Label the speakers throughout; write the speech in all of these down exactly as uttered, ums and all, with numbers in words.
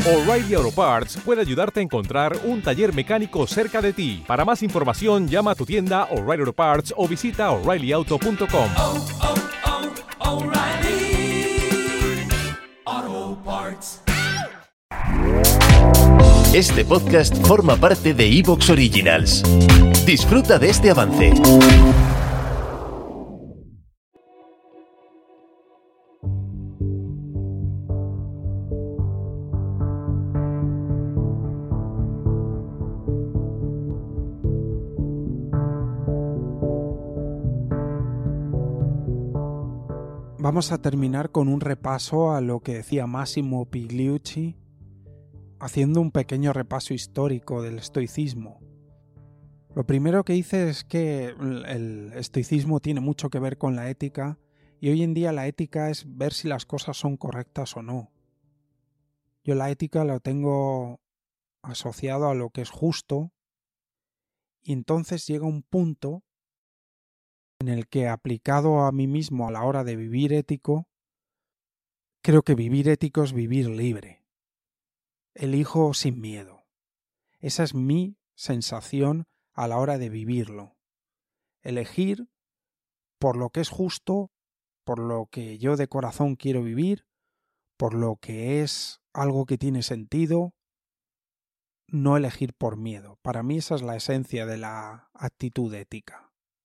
Speaker 1: O'Reilly Auto Parts puede ayudarte a encontrar un taller mecánico cerca de ti. Para más información, llama a tu tienda O'Reilly Auto Parts o visita O'Reilly Auto punto com.
Speaker 2: Oh, oh, oh, O'Reilly Auto Parts.
Speaker 3: Este podcast forma parte de iVoox Originals. Disfruta de este avance.
Speaker 4: Vamos a terminar con un repaso a lo que decía Massimo Pigliucci, haciendo un pequeño repaso histórico del estoicismo. Lo primero que dice es que el estoicismo tiene mucho que ver con la ética, y hoy en día la ética es ver si las cosas son correctas o no. Yo la ética la tengo asociado a lo que es justo, y entonces llega un punto en el que, aplicado a mí mismo a la hora de vivir ético, creo que vivir ético es vivir libre. Elijo sin miedo. Esa es mi sensación a la hora de vivirlo. Elegir por lo que es justo, por lo que yo de corazón quiero vivir, por lo que es algo que tiene sentido, no elegir por miedo. Para mí esa es la esencia de la actitud ética.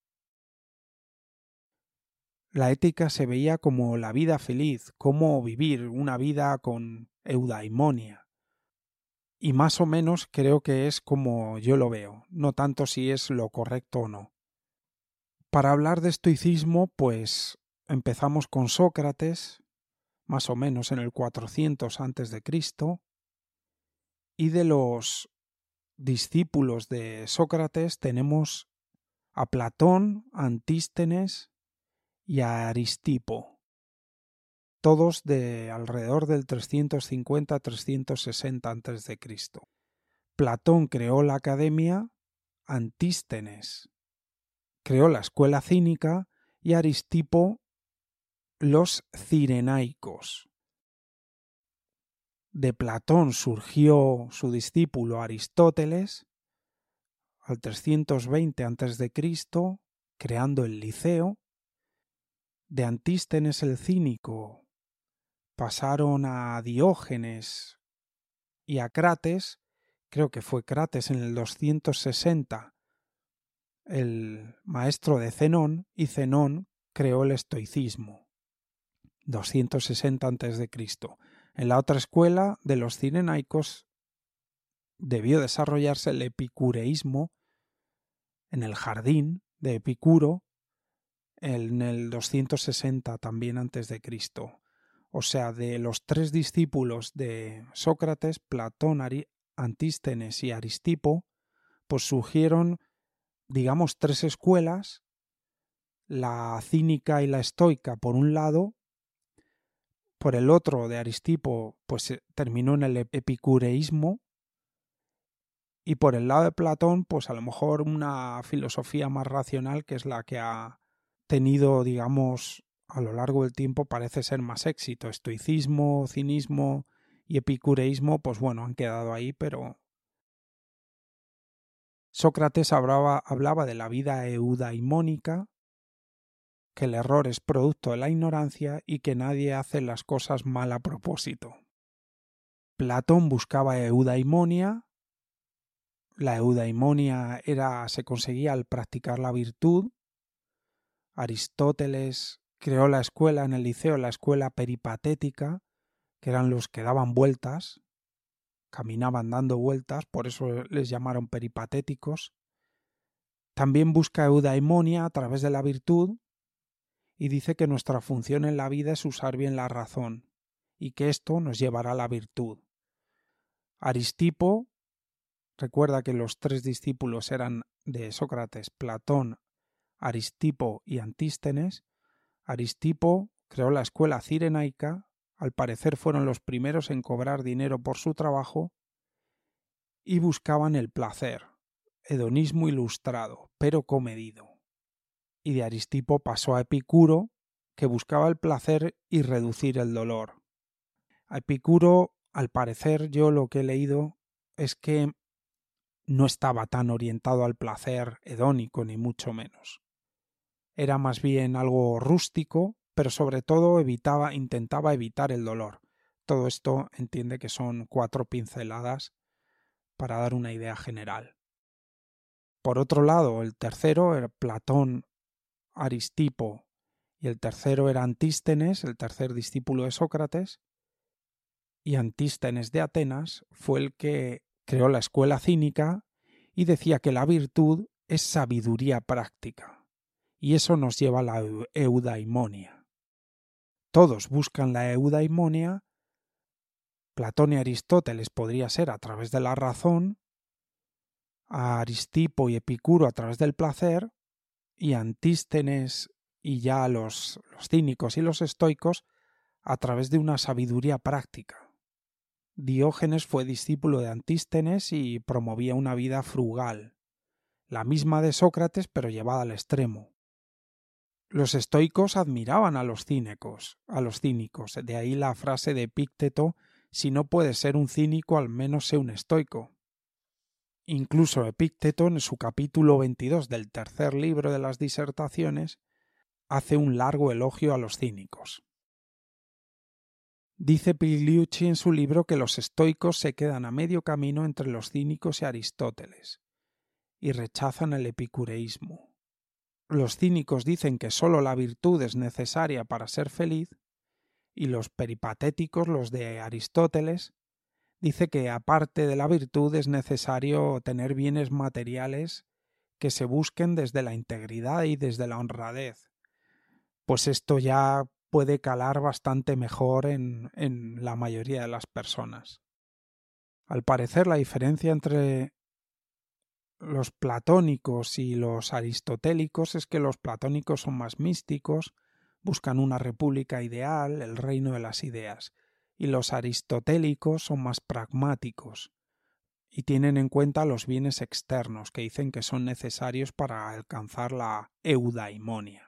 Speaker 4: La ética se veía como la vida feliz, cómo vivir una vida con eudaimonia. Y más o menos creo que es como yo lo veo, no tanto si es lo correcto o no. Para hablar de estoicismo, pues empezamos con Sócrates, más o menos en el cuatrocientos antes de Cristo, y de los discípulos de Sócrates tenemos a Platón, a Antístenes y a Aristipo, todos de alrededor del trescientos cincuenta a trescientos sesenta antes de Cristo. Platón creó la academia, Antístenes creó la escuela cínica y Aristipo los cirenaicos. De Platón surgió su discípulo Aristóteles al trescientos veinte antes de Cristo, creando el Liceo. De Antístenes el cínico pasaron a Diógenes y a Crates, creo que fue Crates en el doscientos sesenta, el maestro de Zenón, y Zenón creó el estoicismo, doscientos sesenta antes de Cristo. En la otra escuela de los cirenaicos debió desarrollarse el epicureísmo en el jardín de Epicuro, en el doscientos sesenta también antes de Cristo. O sea, de los tres discípulos de Sócrates, Platón, Ari- Antístenes y Aristipo, pues surgieron, digamos, tres escuelas, la cínica y la estoica por un lado, por el otro de Aristipo, pues terminó en el epicureísmo, y por el lado de Platón, pues a lo mejor una filosofía más racional, que es la que ha tenido, digamos, a lo largo del tiempo parece ser más éxito. Estoicismo, cinismo y epicureísmo, pues bueno, han quedado ahí, pero Sócrates hablaba, hablaba de la vida eudaimónica, que el error es producto de la ignorancia y que nadie hace las cosas mal a propósito. Platón buscaba eudaimonia. La eudaimonia era, se conseguía al practicar la virtud. Aristóteles creó la escuela en el Liceo, la escuela peripatética, que eran los que daban vueltas, caminaban dando vueltas, por eso les llamaron peripatéticos. También busca eudaimonia a través de la virtud y dice que nuestra función en la vida es usar bien la razón y que esto nos llevará a la virtud. Aristipo, recuerda que los tres discípulos eran de Sócrates, Platón, Aristipo y Antístenes. Aristipo creó la escuela cirenaica, al parecer fueron los primeros en cobrar dinero por su trabajo y buscaban el placer, hedonismo ilustrado, pero comedido. Y de Aristipo pasó a Epicuro, que buscaba el placer y reducir el dolor. A Epicuro al parecer yo lo que he leído es que no estaba tan orientado al placer hedónico ni mucho menos. Era más bien algo rústico, pero sobre todo evitaba, intentaba evitar el dolor. Todo esto entiende que son cuatro pinceladas para dar una idea general. Por otro lado, el tercero era Platón, Aristipo, y el tercero era Antístenes, el tercer discípulo de Sócrates, y Antístenes de Atenas fue el que creó la escuela cínica y decía que la virtud es sabiduría práctica, y eso nos lleva a la eudaimonia. Todos buscan la eudaimonia. Platón y Aristóteles podría ser a través de la razón, a Aristipo y Epicuro a través del placer, y Antístenes y ya los, los cínicos y los estoicos a través de una sabiduría práctica. Diógenes fue discípulo de Antístenes y promovía una vida frugal, la misma de Sócrates pero llevada al extremo. Los estoicos admiraban a los cínicos, a los cínicos, de ahí la frase de Epícteto: si no puedes ser un cínico, al menos sé un estoico. Incluso Epícteto, en su capítulo veintidós del tercer libro de las Disertaciones, hace un largo elogio a los cínicos. Dice Pigliucci en su libro que los estoicos se quedan a medio camino entre los cínicos y Aristóteles, y rechazan el epicureísmo. Los cínicos dicen que sólo la virtud es necesaria para ser feliz, y los peripatéticos, los de Aristóteles, dice que aparte de la virtud es necesario tener bienes materiales que se busquen desde la integridad y desde la honradez. Pues esto ya puede calar bastante mejor en, en la mayoría de las personas. Al parecer, la diferencia entre los platónicos y los aristotélicos es que los platónicos son más místicos, buscan una república ideal, el reino de las ideas, y los aristotélicos son más pragmáticos y tienen en cuenta los bienes externos que dicen que son necesarios para alcanzar la eudaimonia.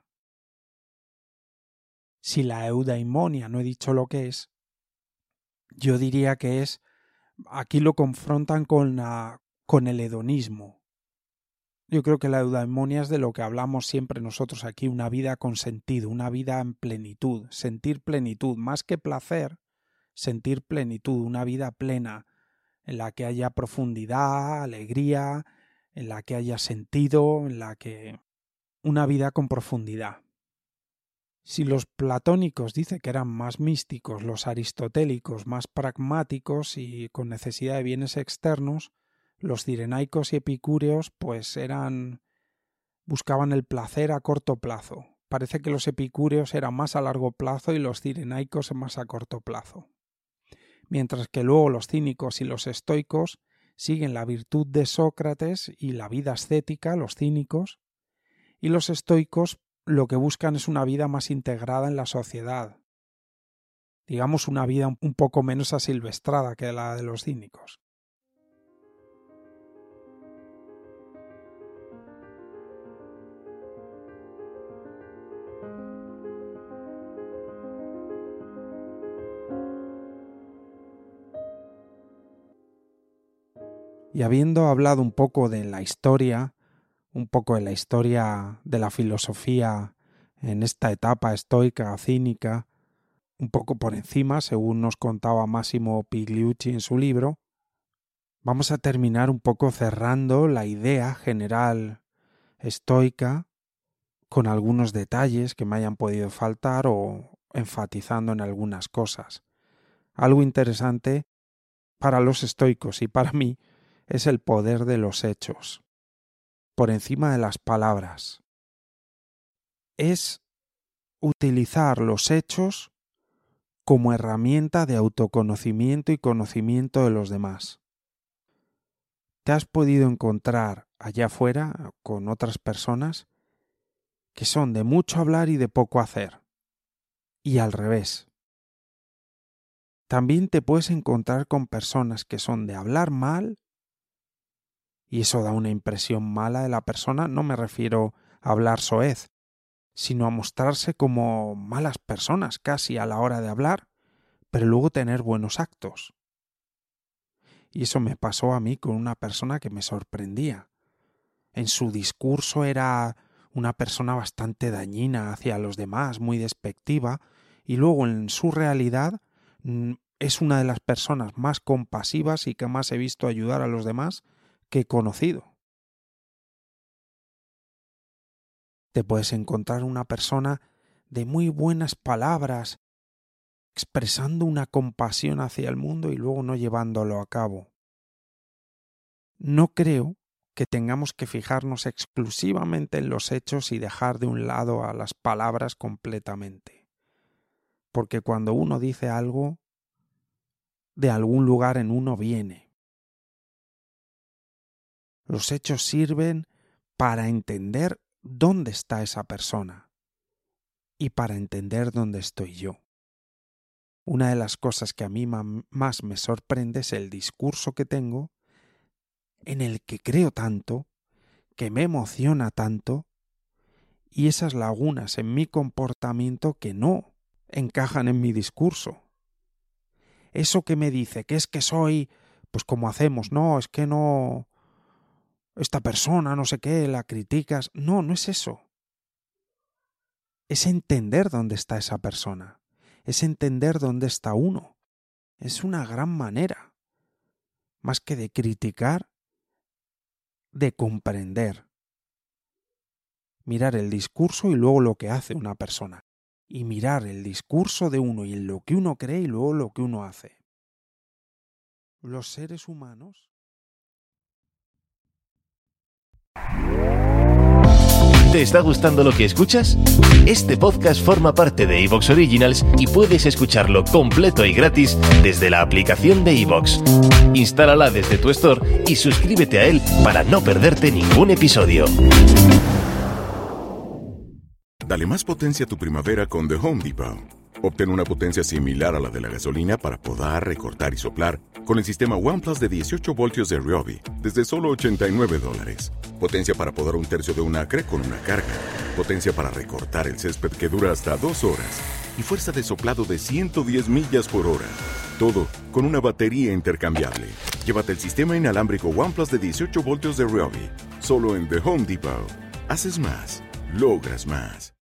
Speaker 4: Si la eudaimonia no he dicho lo que es, yo diría que es, aquí lo confrontan con, la, con el hedonismo. Yo creo que la eudaimonia es de lo que hablamos siempre nosotros aquí, una vida con sentido, una vida en plenitud, sentir plenitud, más que placer, sentir plenitud, una vida plena, en la que haya profundidad, alegría, en la que haya sentido, en la que... una vida con profundidad. Si los platónicos dicen que eran más místicos, los aristotélicos más pragmáticos y con necesidad de bienes externos, los cirenaicos y epicúreos pues eran buscaban el placer a corto plazo. Parece que los epicúreos eran más a largo plazo y los cirenaicos más a corto plazo. Mientras que luego los cínicos y los estoicos siguen la virtud de Sócrates y la vida ascética, los cínicos, y los estoicos lo que buscan es una vida más integrada en la sociedad. Digamos una vida un poco menos asilvestrada que la de los cínicos. Y habiendo hablado un poco de la historia, un poco de la historia de la filosofía en esta etapa estoica, cínica, un poco por encima, según nos contaba Massimo Pigliucci en su libro, vamos a terminar un poco cerrando la idea general estoica con algunos detalles que me hayan podido faltar o enfatizando en algunas cosas. Algo interesante para los estoicos y para mí es el poder de los hechos, por encima de las palabras. Es utilizar los hechos como herramienta de autoconocimiento y conocimiento de los demás. ¿Te has podido encontrar allá afuera con otras personas que son de mucho hablar y de poco hacer? Y al revés. También te puedes encontrar con personas que son de hablar mal, y eso da una impresión mala de la persona. No me refiero a hablar soez, sino a mostrarse como malas personas casi a la hora de hablar, pero luego tener buenos actos. Y eso me pasó a mí con una persona que me sorprendía. En su discurso era una persona bastante dañina hacia los demás, muy despectiva, y luego en su realidad es una de las personas más compasivas y que más he visto ayudar a los demás que he conocido. Te puedes encontrar una persona de muy buenas palabras, expresando una compasión hacia el mundo y luego no llevándolo a cabo. No creo que tengamos que fijarnos exclusivamente en los hechos y dejar de un lado a las palabras completamente. Porque cuando uno dice algo, de algún lugar en uno viene. Los hechos sirven para entender dónde está esa persona y para entender dónde estoy yo. Una de las cosas que a mí más me sorprende es el discurso que tengo, en el que creo tanto, que me emociona tanto, y esas lagunas en mi comportamiento que no encajan en mi discurso. Eso que me dice que es que soy, pues como hacemos, no, es que no, esta persona, no sé qué, la criticas. No, no es eso. Es entender dónde está esa persona. Es entender dónde está uno. Es una gran manera, más que de criticar, de comprender. Mirar el discurso y luego lo que hace una persona. Y mirar el discurso de uno y en lo que uno cree y luego lo que uno hace. Los seres humanos...
Speaker 3: ¿Te está gustando lo que escuchas? Este podcast forma parte de iVoox Originals y puedes escucharlo completo y gratis desde la aplicación de iVoox. Instálala desde tu store y suscríbete a él para no perderte ningún episodio.
Speaker 5: Dale más potencia a tu primavera con The Home Depot. Obtén una potencia similar a la de la gasolina para podar, recortar y soplar con el sistema OnePlus de dieciocho voltios de Ryobi desde solo ochenta y nueve dólares. Potencia para podar un tercio de un acre con una carga. Potencia para recortar el césped que dura hasta dos horas. Y fuerza de soplado de ciento diez millas por hora. Todo con una batería intercambiable. Llévate el sistema inalámbrico OnePlus de dieciocho voltios de Ryobi. Solo en The Home Depot. Haces más. Logras más.